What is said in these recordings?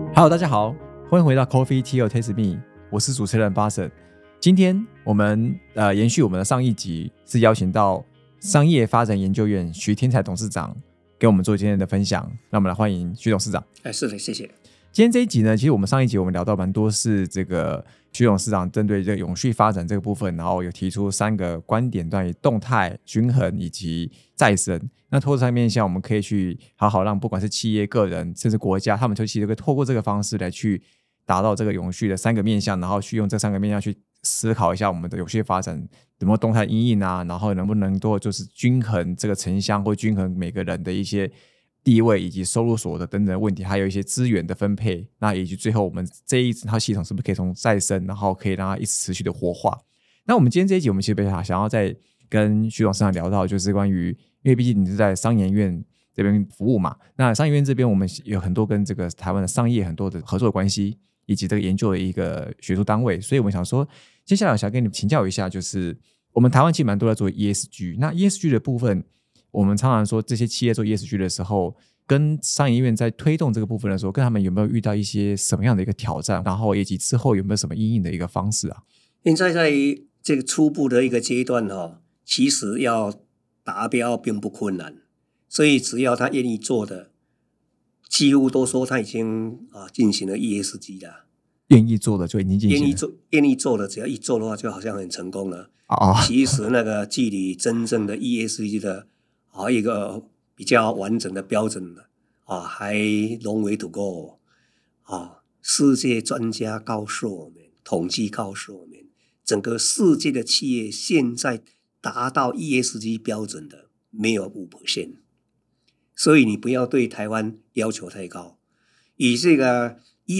Hello， 大家好，欢迎回到 Coffee Tea or Taste Me， 我是主持人巴神。今天我们延续我们的上一集，是邀请到商业发展研究院徐天才董事长给我们做今天的分享。那我们来欢迎徐董事长。 是的，谢谢。 今天这一集呢，其实我们上一集我们聊到蛮多是这个徐董事长针对这个永续发展这个部分，然后有提出3个观点，关于动态、均衡以及再生。那透过这面向，我们可以去好好让不管是企业、个人，甚至国家，他们就其实透过这个方式来去达到这个永续的3个面向，然后去用这3个面向去思考一下我们的永续发展有没有动态因应啊，然后能不能多就是均衡这个城乡或均衡每个人的一些地位以及收入所得等等的问题，还有一些资源的分配，那以及最后我们这一套系统是不是可以从再生，然后可以让它一直持续的活化。那我们今天这一集我们其实想要再跟徐董事长聊到，就是关于因为毕竟你是在商研院这边服务嘛，那商研院这边我们有很多跟这个台湾的商业很多的合作的关系，以及这个研究的一个学术单位，所以我们想说接下来想跟你请教一下，就是我们台湾其实蛮多在做 ESG， 那 ESG 的部分我们常常说这些企业做 ESG 的时候，跟商研院在推动这个部分的时候，跟他们有没有遇到一些什么样的一个挑战，然后以及之后有没有什么因应的一个方式啊？ 现在在这个初步的一个阶段其实要达标并不困难，所以只要他愿意做的，几乎都说他已经进行了 ESG 了。 愿意做的就已经进行了， 愿意做的只要一做的话，就好像很成功了。其实那个距离真正的 ESG 的一个比较完整的标准还 long way to go 世界专家告诉我们，统计告诉我们，整个世界的企业现在达到 ESG 标准的没有 5%， 所以你不要对台湾要求太高。以这个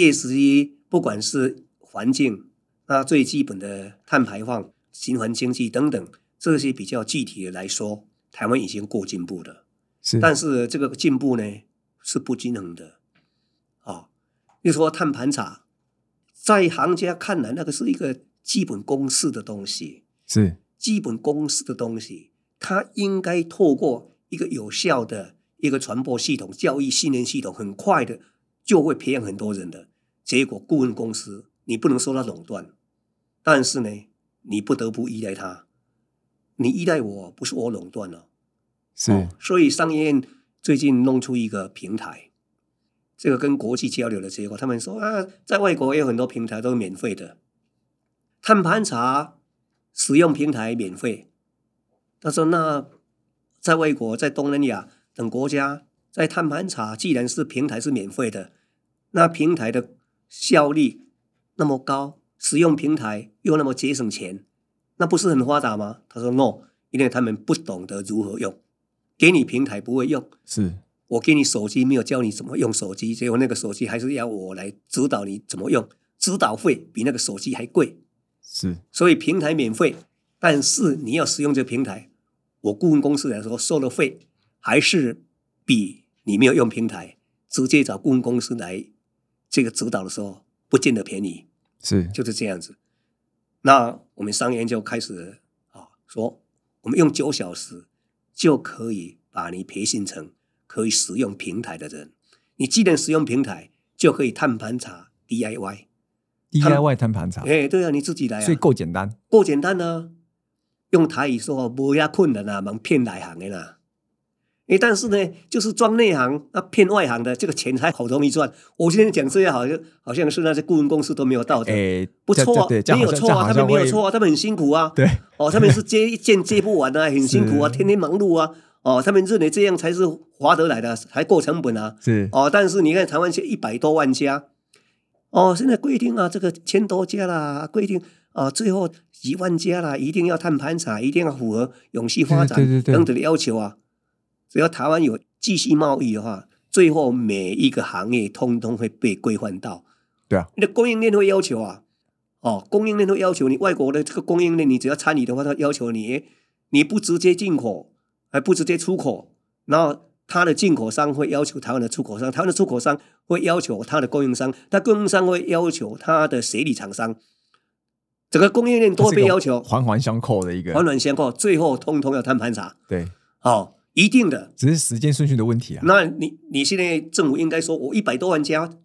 ESG 不管是环境，那最基本的碳排放、循环经济等等这些比较具体的来说，台湾已经够进步了。但是这个进步呢是不均衡的比如说碳盘查，在行家看来那个是一个基本公式的东西， 是基本公式的东西，它应该透过一个有效的一个传播系统、教育训练系统，很快的就会培养很多人的。结果顾问公司你不能说它垄断，但是呢你不得不依赖它，你依赖我，不是我垄断了。所以商研院最近弄出一个平台，这个跟国际交流的结果，他们说在外国也有很多平台都是免费的，碳盘查使用平台免费。他说那在外国，在东南亚等国家，在碳盘查既然是平台是免费的，那平台的效率那么高，使用平台又那么节省钱，那不是很发达吗？他说 no， 因为他们不懂得如何用，给你平台不会用， 是我给你手机没有教你怎么用手机，结果那个手机还是要我来指导你怎么用，指导费比那个手机还贵。 是， 所以平台免费，但是你要使用这个平台，我顾问公司来说收的费还是比你没有用平台直接找顾问公司来这个指导的时候不见得便宜。就是这样子。那我们商研就开始说我们用9小时就可以把你培训成可以使用平台的人，你既能使用平台就可以碳盘查 DIY 碳盘查， 对啊，你自己来所以够简单用台语说没那困难啊，忙骗内行的啦。但是呢就是装内行骗外行的，这个钱还好容易赚。我今天讲这些好像是那些顾问公司都没有道德，不错没有错他们没有错他们很辛苦对他们是接不完很辛苦天天忙碌他们认为这样才是划得来的，才够成本但是你看台湾100多万家现在规定这个1000多家啦，规定最后几万家啦，一定要碳盘查，一定要符合永续发展等等的要求只要台湾有继续贸易的话，最后每一个行业通通会被规范到。 对啊， 你的供应链会要求供应链会要求你，外国的这个供应链你只要参与的话，他要求你不直接进口还不直接出口，然后他的进口商会要求台湾的出口商，台湾的出口商会要求他的供应商，他供应商会要求他的协力厂商，整个供应链都被要求， 环环相扣的一个， 环环相扣，最后通通要碳盘查。 对一定的， 只是时间顺序的问题那你现在政府应该说我100多万家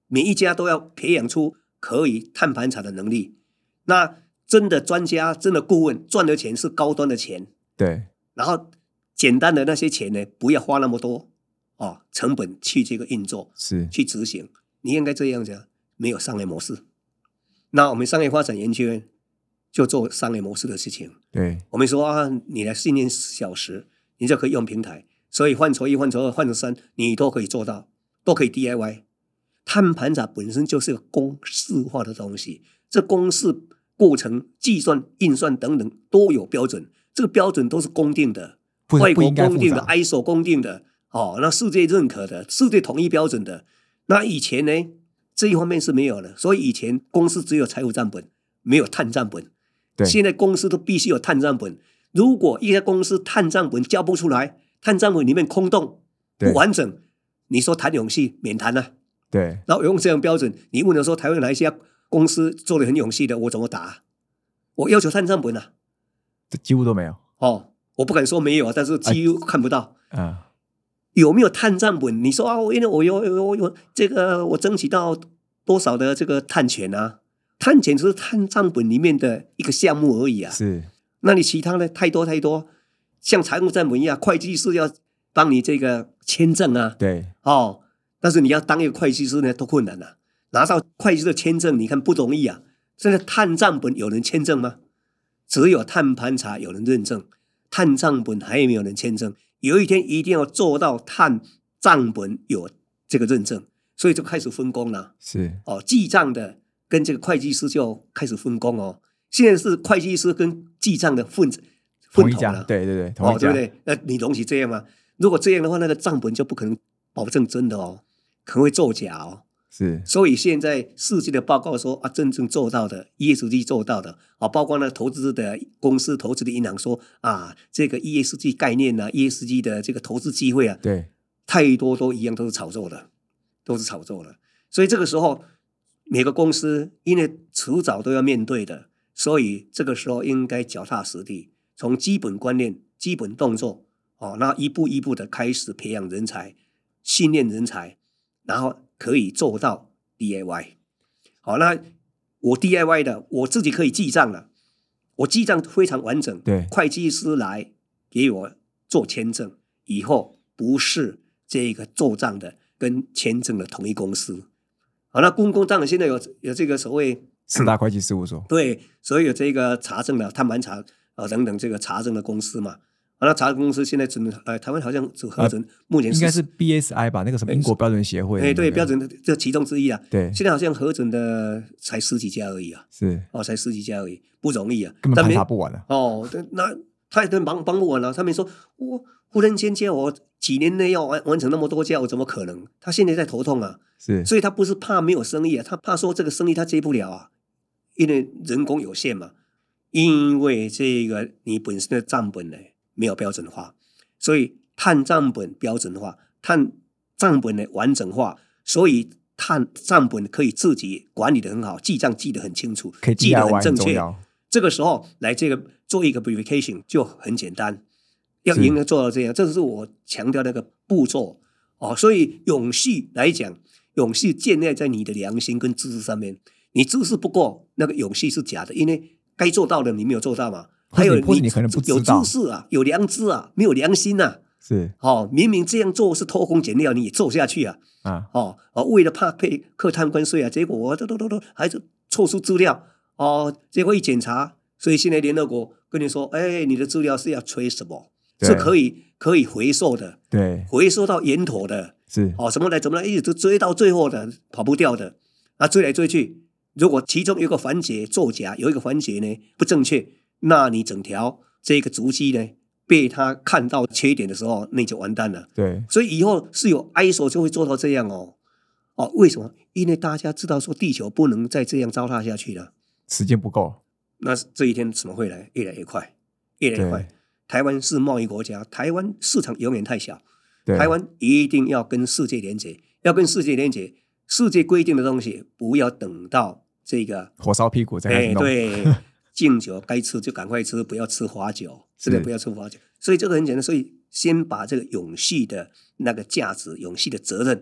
每一家都要培养出可以碳盘查的能力。那真的专家、真的顾问赚的钱是高端的钱， 对， 然后简单的那些钱呢，不要花那么多成本去这个运作， 是去执行。你应该这样子，没有商业模式。那我们商业发展研究院就做商业模式的事情。 对， 我们说你来训练10小时，你就可以用平台，所以范畴1、范畴2、范畴3，你都可以做到，都可以 DIY。碳盘查本身就是个公式化的东西，这公式过程、计算、运算等等都有标准，这个标准都是公定的，外国公定的 ，ISO 公定的，那世界认可的、世界统一标准的。那以前呢，这一方面是没有的，所以以前公司只有财务账本，没有碳账本。现在公司都必须有碳账本。如果一家公司碳账本交不出来，碳账本里面空洞不完整，你说谈永续免谈啊。 对， 然后用这样标准，你问了说台湾哪一家公司做得很永续的，我怎么答？我要求碳账本啊， 这几乎都没有。 我不敢说没有，但是几乎看不到。有没有碳账本？你说因为我有这个，我争取到多少的这个碳权啊？碳权只是碳账本里面的一个项目而已啊。 是， 那你其他的太多，像财务账本一样，会计师要帮你这个签证啊。 对， 但是你要当一个会计师呢，多困难啊！拿到会计师的签证，你看不容易啊。现在碳账本有人签证吗？只有碳盘查有人认证，碳账本还没有人签证。有一天一定要做到碳账本有这个认证，所以就开始分工了。 是记账的跟这个会计师就开始分工哦。现在是会计师跟记账的混同一家了， 对，同一家， 对不对？你容许这样吗？如果这样的话，那个账本就不可能保证真的哦，可能会作假哦。 是， 所以现在世界的报告说真正做到的 ESG 做到的包括呢投资的公司、投资的银行说这个 ESG 概念啊 ，ESG 的这个投资机会啊， 对， 太多都一样都是炒作的，所以这个时候每个公司因为迟早都要面对的，所以这个时候应该脚踏实地，从基本观念、基本动作那一步一步的开始培养人才、训练人才，然后可以做到 DIY。 那我 DIY 的，我自己可以记账了，我记账非常完整， 对， 会计师来给我做签证，以后不是这个做账的跟签证的同一公司。那公共账现在有这个所谓 4大会计事务所， 对，所以有这个查证的碳盘查等等这个查证的公司嘛。那查证公司现在只能台湾好像只核准，目前应该是 BSI 吧，那个什么英国标准协会， 对，标准的这其中之一啊。 对， 现在好像核准的才10几家而已啊。 是才10几家而已，不容易啊， 根本盘查不完了。 那他也帮不完了。他们说我忽然间叫我几年内要完成那么多家，我怎么可能？他现在在头痛啊。 是， 所以他不是怕没有生意啊，他怕说这个生意他接不了啊，因为人工有限嘛，因为这个你本身的账本呢没有标准化，所以碳账本标准化，碳账本的完整化，所以碳账本可以自己管理得很好，记账记得很清楚， 可以记得很正确。 很这个时候来这个做一个 verification 就很简单，要赢得做到这样，这是我强调那个步骤所以永续来讲，永续建立在你的良心跟知识上面，你知识不够，那个永续是假的，因为该做到的你没有做到嘛。还有你可能不知道， 有知识啊，有良知啊，没有良心啊。 是明明这样做是偷工减料，你也做下去啊。为了怕课碳关税啊，结果我都还是错出资料结果一检查，所以现在联合国跟你说，你的资料是要traceable，是可以回收的， 对， 回收到源头的， 是怎么来一直追到最后的，跑不掉的追来追去，如果其中有一个环节作假，有一个环节呢不正确，那你整条这个足迹呢被他看到缺点的时候，那就完蛋了。 对， 所以以后是有 ISO 就会做到这样为什么？因为大家知道说地球不能再这样糟蹋下去了， 时间不够， 那这一天怎么会来？越来越快，越来越快。台湾是贸易国家，台湾市场永远太小，台湾一定要跟世界连结，世界规定的东西不要等到这个火烧屁股再开始弄。 对，敬酒该吃就赶快吃，不要吃花酒，真的不要吃花酒。所以这个很简单，所以先把这个永续的那个价值、永续的责任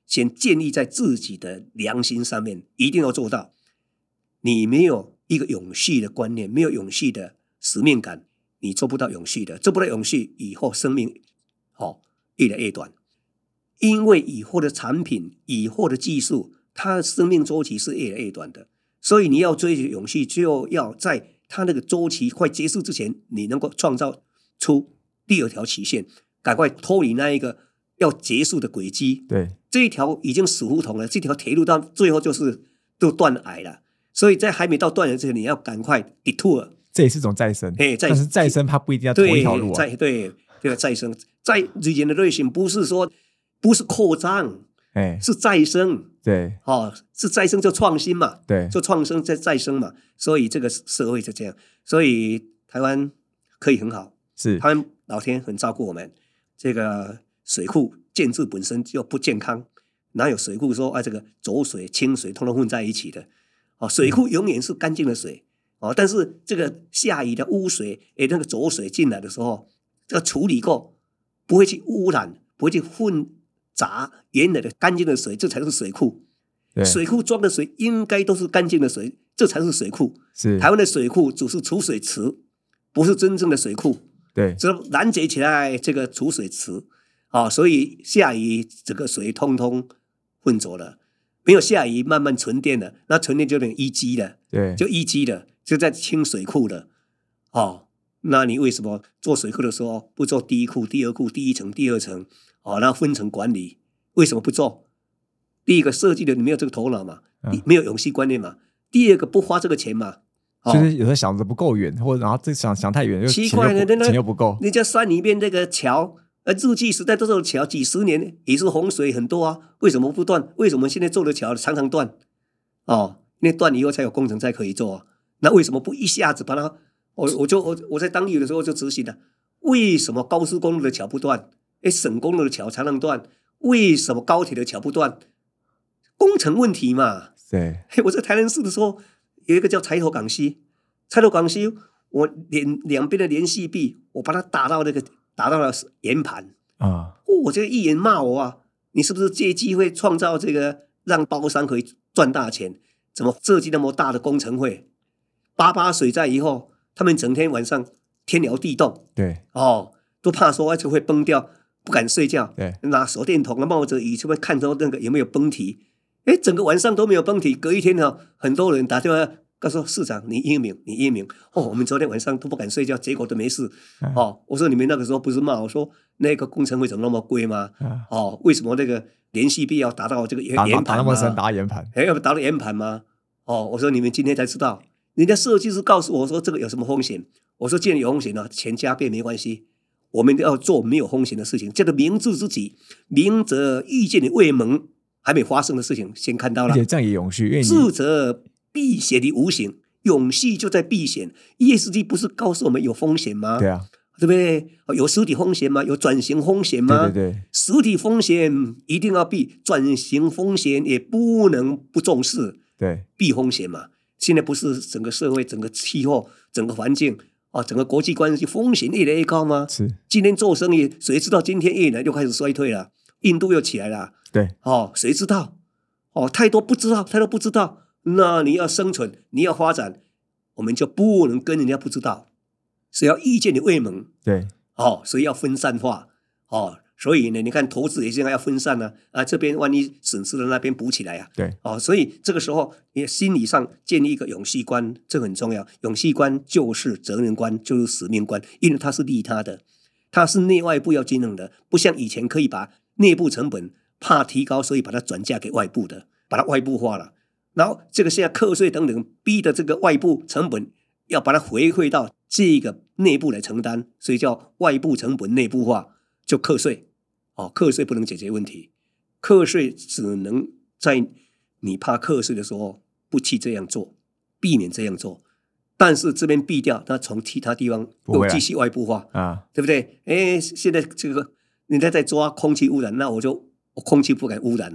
先建立在自己的良心上面，一定要做到。你没有一个永续的观念，没有永续的使命感，你做不到永续的，做不到永续，以后生命越来越短。因为以后的产品、以后的技术，它的生命周期是越来越短的，所以你要追求永续，就要在它那个周期快结束之前，你能够创造出第二条期限，赶快脱离那一个要结束的轨迹。 对， 这一条已经死胡同了，这条铁路到最后都断崖了，所以在还没到断崖之前，你要赶快 detour。 这也是一种再生，但是再生它不一定要同一条路啊。 对，再生，再 regeneration 不是扩张，是再生。 对， 是再生就创新嘛， 对， 就创生再生嘛，所以这个社会就这样，所以台湾可以很好， 是台湾老天很照顾我们。这个水库建制本身就不健康，哪有水库说这个浊水、清水通通混在一起的？水库永远是干净的水，但是这个下雨的污水，那个浊水进来的时候，要处理过，不会去污染，不会去混杂原来的干净的水，这才是水库。水库装的水应该都是干净的水，这才是水库。 是台湾的水库只是储水池，不是真正的水库。 对， 只拦截起来这个储水池，所以下雨这个水通通混浊了，没有下雨慢慢沉淀了，那沉淀就有点淤积了， 对， 就淤积了，就在清水库了。那你为什么做水库的时候不做第一库、第二库、第一层、第二层？那分层管理为什么不做？第一个设计的你没有这个头脑嘛，没有永续观念嘛。第二个不花这个钱嘛。 就是有时候想着不够远，或者然后这想太远， 奇怪了， 钱又不够。 你在山里面那个桥，日据时代都是桥，几十年也是洪水很多啊，为什么不断？为什么现在做的桥常常断？因为断以后才有工程才可以做啊。那为什么不一下子把它？我在当地的时候就执行了。为什么高速公路的桥不断？省公路的桥才能断？为什么高铁的桥不断？工程问题嘛。 对， 我在台南市的时候。有一个叫柴头港溪，我两边的连续壁，我把它打到了圆盘啊！我这个议员骂我啊，你是不是借机会创造这个让包商可以赚大钱？怎么设计那么大的工程会？88水灾以后，他们整天晚上天摇地动， 对， 都怕说就会崩掉，不敢睡觉， 对， 拿手电筒冒着雨，就会看到那个有没有崩堤。整个晚上都没有崩堤，隔一天很多人打电话告诉市长你英明。我们昨天晚上都不敢睡觉，结果都没事。我说你们那个时候不是骂我说那个工程会怎么那么贵吗？为什么那个连续壁要打到这个圆盘吗？ 打那么深，打圆盘， 要打到圆盘吗？我说你们今天才知道，人家设计师告诉我说这个有什么风险？我说既然有风险钱加倍没关系，我们要做没有风险的事情，叫做明智之举，明则预见的未萌。还没发生的事情先看到了， 而且这样也永续。 智者避险的无形，永续就在避险。ESG 不是告诉我们有风险吗？ 对啊， 对不对？有实体风险吗？有转型风险吗？ 对， 实体风险一定要避，转型风险也不能不重视。 对， 避风险嘛。现在不是整个社会、整个气候、整个环境整个国际关系风险越来越高吗？ 是。 今天做生意，谁知道今天越南又开始衰退了，印度又起来了。 对， 谁知道？太多不知道。那你要生存，你要发展，我们就不能跟人家不知道，是要意见的未萌。 对， 所以要分散化。所以呢，你看投资也现在要分散这边万一损失了，那边补起来啊。 对， 所以这个时候你心理上建立一个永续观，这很重要。永续观就是责任观，就是使命观，因为它是利他的，它是内外部要均衡的，不像以前可以把内部成本怕提高，所以把它转嫁给外部的，把它外部化了。然后这个现在课税等等逼的这个外部成本要把它回馈到这个内部来承担，所以叫外部成本内部化，就课税。课税不能解决问题，课税只能在你怕课税的时候不去这样做，避免这样做。但是这边避掉，那从其他地方又继续外部化对不对？现在这个人家在抓空气污染，那我空气不敢污染了，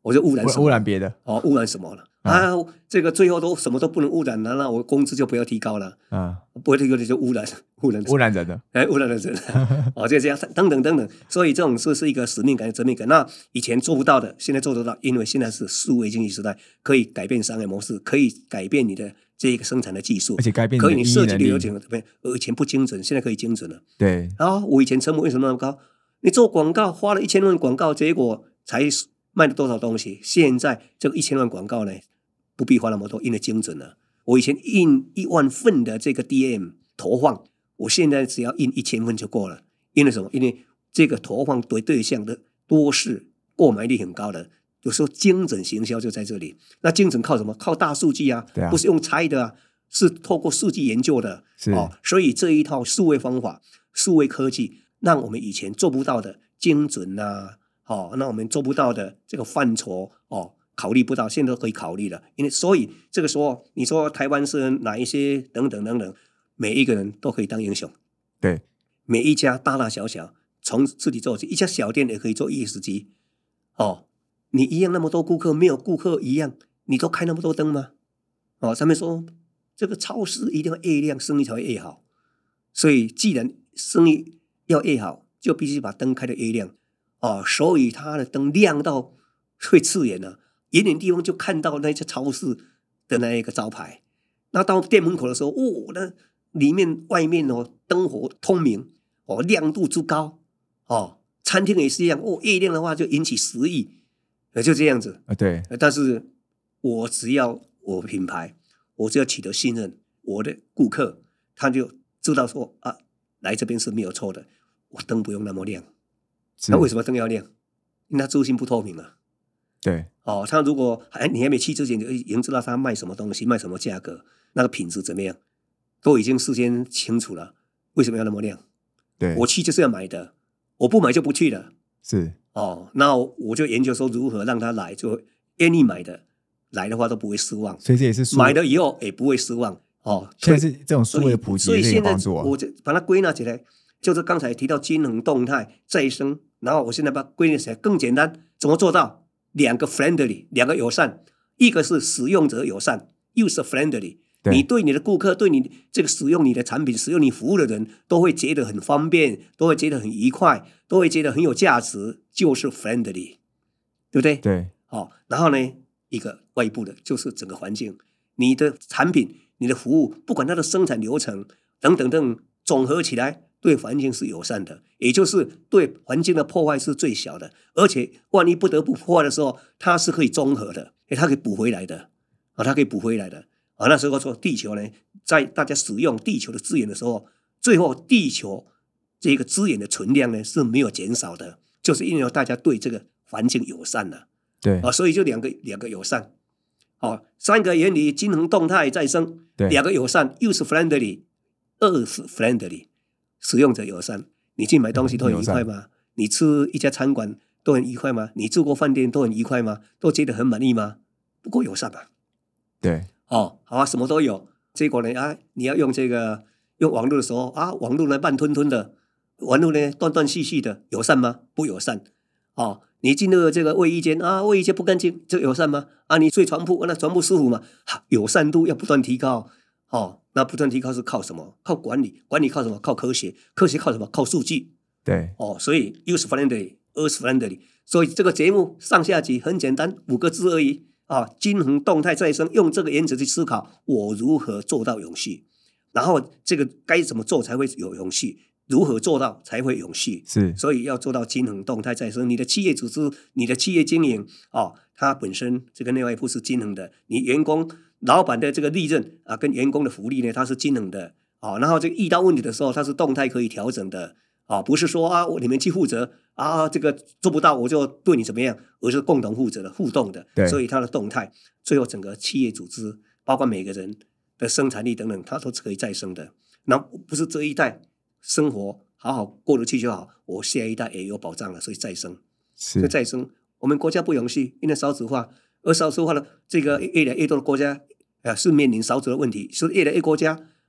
我就污染什么？ 污染别的污染什么了？这个最后都什么都不能污染了，那我工资就不要提高了。不会提高就污染人的， 污染了人就这样等等等等。所以这种是一个使命感、责任感。那以前做不到的，现在做得到，因为现在是数位经济时代，可以改变商业模式，可以改变你的这个生产的技术， 而且改变可以你设计的流程怎么样？以前不精准，现在可以精准了。 对。 我以前成本为什么那么高？你做广告花了1000万广告，结果才卖了多少东西？现在这个1000万广告呢，不必花那么多，因为精准了。我以前印1万份的这个 DM 投放，我现在只要印1000份就够了。因为什么？因为这个投放对象的多是购买力很高的，有时候精准行销就在这里。那精准靠什么？靠大数据啊，不是用猜的啊，是透过数据研究的。所以这一套数位方法、数位科技，让我们以前做不到的精准啊，那我们做不到的这个范畴考虑不到，现在都可以考虑了。所以这个时候，你说台湾是哪一些等等等等，每一个人都可以当英雄。 对， 每一家大大小小，从自己做起，一家小店也可以做ESG。你一样那么多顾客，没有顾客一样，你都开那么多灯吗？上面说这个超市一定要越亮，生意才会越好。所以既然生意要越好，就必须把灯开得越亮。所以它的灯亮到会刺眼了，远远地方就看到那些超市的那一个招牌。那到店门口的时候，那里面外面灯火通明，亮度之高，餐厅也是一样，越亮的话就引起食欲，就这样子。 对。 但是我只要我品牌，我只要取得信任，我的顾客他就知道说来这边是没有错的，我灯不用那么亮。那为什么灯要亮？因为它资讯不透明了。 对。 他如果你还没去之前就已经知道他卖什么东西，卖什么价格，那个品质怎么样，都已经事先清楚了。为什么要那么亮？ 对， 我去就是要买的，我不买就不去了。 是。 那我就研究说如何让他来，就愿意买的来的话都不会失望。 所以这也是买了以后也不会失望。 现在是这种数位的普及， 所以现在我我就把它归纳起来，就是刚才提到均衡、动态、再生，然后我现在把它归纳起来更简单，怎么做到？2个 friendly， 2个友善，一个是使用者友善 ，user friendly。你对你的顾客，对你这个使用你的产品、使用你服务的人，都会觉得很方便，都会觉得很愉快，都会觉得很有价值，就是 friendly， 对不对？ 对。 然后呢，一个外部的，就是整个环境，你的产品、你的服务，不管它的生产流程等等等，总合起来对环境是友善的，也就是对环境的破坏是最小的，而且万一不得不破坏的时候，它是可以综合的，它可以补回来的，它可以补回来的。那时候说地球呢，在大家使用地球的资源的时候，最后地球这个资源的存量呢是没有减少的，就是因为大家对这个环境友善了。 对。 所以就两个友善。3个原理：均衡、动态、再生。2个友善 ，use friendly、earth friendly， 使用者友善。你去买东西都很愉快吗？你吃一家餐馆都很愉快吗？你住过饭店都很愉快吗？都觉得很满意吗？不够友善吧？ 对。 好什么都有。结果呢你要用这个用网络的时候网络呢慢吞吞的，网络呢断断续续的，友善吗？不友善。你进入这个卫浴间卫浴间不干净，这友善吗？你睡床铺，那床铺舒服吗？友善度要不断提高。那不断提高是靠什么？靠管理。管理靠什么？靠科学。科学靠什么？靠数据。 对。 所以 use friendly, earth friendly。所以这个节目上下集很简单，5个字而已。均衡、动态、再生，用这个原则去思考我如何做到永续，然后这个该怎么做才会有永续，如何做到才会永续。 是。 所以要做到均衡、动态、再生。你的企业组织、你的企业经营它本身这个内外部是均衡的，你员工老板的这个利润跟员工的福利呢，它是均衡的。然后这个遇到问题的时候，它是动态可以调整的。不是说你们去负责这个做不到我就对你怎么样，而是共同负责的、互动的。所以它的动态，最后整个企业组织，包括每个人的生产力等等，它都是可以再生的。那不是这一代生活好好过得去就好，我下一代也有保障了，所以再生。所以再生，我们国家不永续，因为少子化，而少子化的这个越来越多的国家是面临少子的问题，所以越来越国家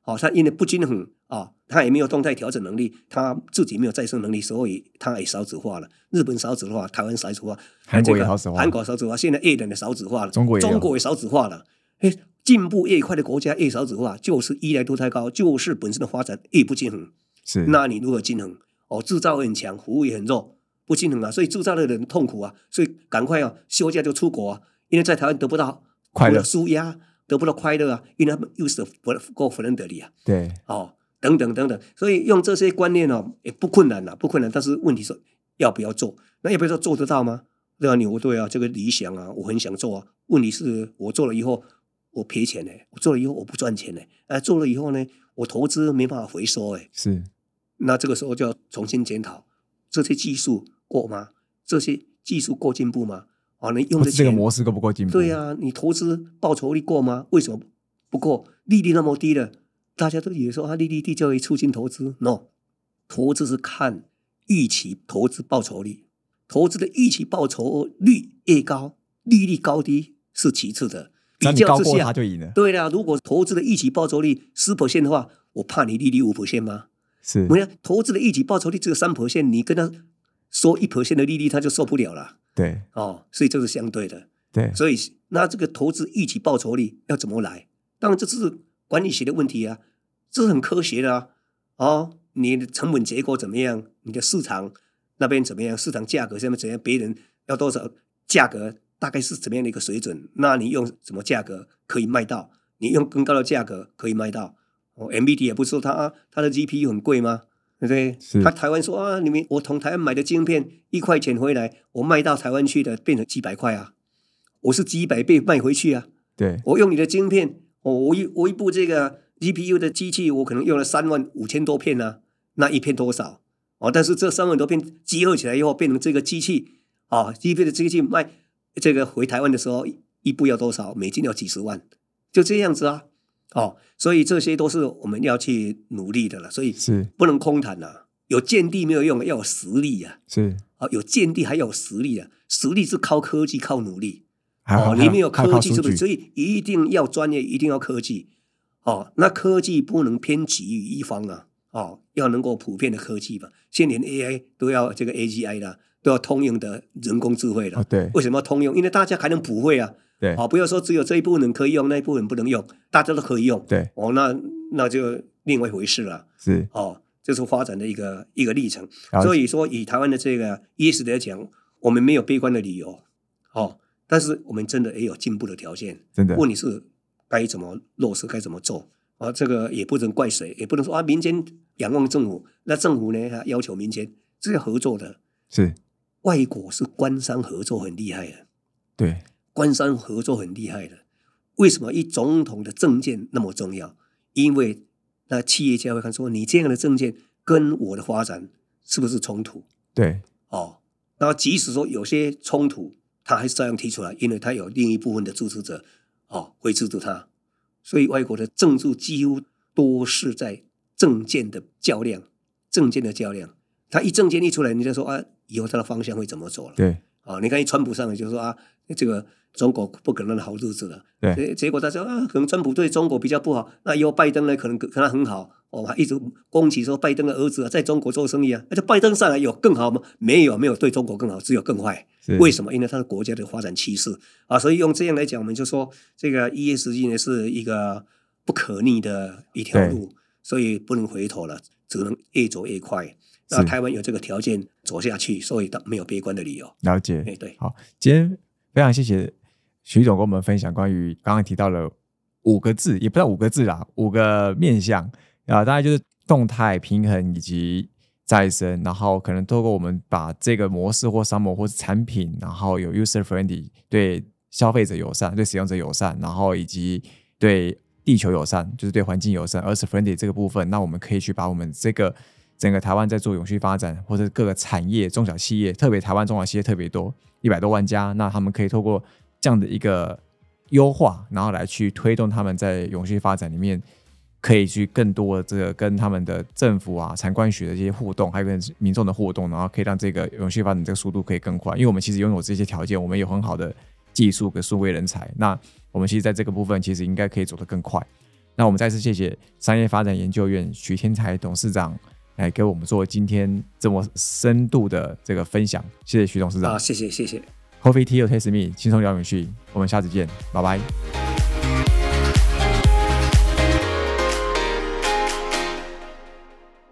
它因为不均衡它也没有动态调整能力，它自己没有再生能力，所以它也少子化了。日本少子化，台湾少子化， 韩国也少子化， 韩国少子化，现在越来越少子化了， 中国也少子化了。进步越快的国家越少子化，就是依赖度太高，就是本身的发展越不均衡。 是， 那你如何均衡？制造很强，服务也很弱，不均衡啊，所以制造的人痛苦啊，所以赶快休假就出国啊，因为在台湾得不到快乐舒压，得不到快乐啊，因为他们又是不够friendly啊， 对， 等等等等，所以用这些观念也不困难啊，不困难，但是问题是要不要做？那要不要说做得到吗？对啊，对啊，这个理想啊，我很想做啊，问题是我做了以后我赔钱我做了以后我不赚钱做了以后呢，我投资没办法回收是， 那这个时候就要重新检讨，这些技术过吗？这些技术够进步吗？你用的钱这个模式够不够进步？ 对啊，你投资报酬率够吗？为什么不够？利率那么低了，大家都以为说利率低就会促进投资 ，no， 投资是看预期投资报酬率，投资的预期报酬率越高，利率高低是其次的。比较之下， 就赢了。 对啦，如果投资的预期报酬率 10% 的话，我怕你利率 5% 吗？ 是， 投资的预期报酬率只有 3%， 你跟他说 1% 的利率，他就受不了了。 对， 所以这是相对的。 对， 所以那这个投资预期报酬率要怎么来？当然这是管理学的问题啊，这是很科学的你的成本结构怎么样？你的市场那边怎么样？市场价格下面怎样？别人要多少价格？大概是怎么样的一个水准？那你用什么价格可以卖到？你用更高的价格可以卖到？NVIDIA 也不是说它的 GPU 很贵吗？对不对？他台湾说我从台湾买的晶片1块钱回来，我卖到台湾去的变成几百块啊，我是几百倍卖回去啊。 对， 我用你的晶片，我一部这个 GPU 的机器，我可能用了35000多片啊，那一片多少？但是这3万多片集合起来以后，变成这个机器GPU 的机器卖这个回台湾的时候，一部要多少？美金要几十万，就这样子啊。所以这些都是我们要去努力的了，所以是不能空谈啊。有见地没有用，要有实力啊。 是有见地还要有实力啊。实力是靠科技，靠努力。 你没有科技是不是？所以一定要专业，一定要科技。那科技不能偏极于一方啊。要能够普遍的科技吧。现在连 AI 都要这个 AGI 啦，都要通用的人工智慧了。 对， 为什么要通用？因为大家还能普惠啊。 对， 不要说只有这一部分可以用，那一部分不能用，大家都可以用。 对， 那就另外一回事了。 是这是发展的一个历程。所以说，以台湾的这个 ES 来讲，我们没有悲观的理由。但是我们真的也有进步的条件。 真的， 问题是该怎么落实，该怎么做这个也不能怪谁，也不能说民间仰望政府，那政府呢要求民间，这要合作的。 是， 外国是官商合作很厉害的。 对。 官商合作很厉害的，为什么总统的政见那么重要？因为那企业家会看说，你这样的政见跟我的发展是不是冲突？ 对， 那即使说有些冲突，他还是照样提出来，因为他有另一部分的支持者会支持他，所以外国的政治几乎都是在政见的较量，他政见一出来，你就说以后他的方向会怎么走了？ 对， 你看川普上来就说这个中国不可能的好日子了。 对， 结果他说可能川普对中国比较不好，那以后拜登呢可能很好。还一直攻击说拜登的儿子在中国做生意啊，那拜登上来有更好吗？没有对中国更好，只有更坏。为什么？因为他的国家的发展趋势所以用这样来讲，我们就说这个ESG呢是一个不可逆的一条路，所以不能回头了，只能越走越快。那台湾有这个条件走下去，所以没有悲观的理由。 了解， 对， 好，今天非常谢谢徐总跟我们分享关于刚刚提到了5个字，也不到5个字啦，5个面向大概就是动态、平衡以及再生，然后可能透过我们把这个模式或商模或是产品，然后有 user friendly， 对消费者友善、对使用者友善，然后以及对地球友善，就是对环境友善 earth friendly 这个部分，那我们可以去把我们这个整个台湾在做永续发展，或者各个产业、中小企业，特别台湾中小企业特别多，100多万家，那他们可以透过这样的一个优化，然后来去推动他们在永续发展里面可以去更多的这个跟他们的政府产官学的这些互动，还有跟民众的互动，然后可以让这个永续发展这个速度可以更快。因为我们其实拥有这些条件，我们有很好的技术跟数位人才，那我们其实在这个部分其实应该可以走得更快。 那我们再次谢谢商业发展研究院许天才董事长来给我们做今天这么深度的这个分享，谢谢许董事长。 谢谢谢谢。 Coffee Tea or Taste Me，轻松聊永续，我们下次见，拜拜。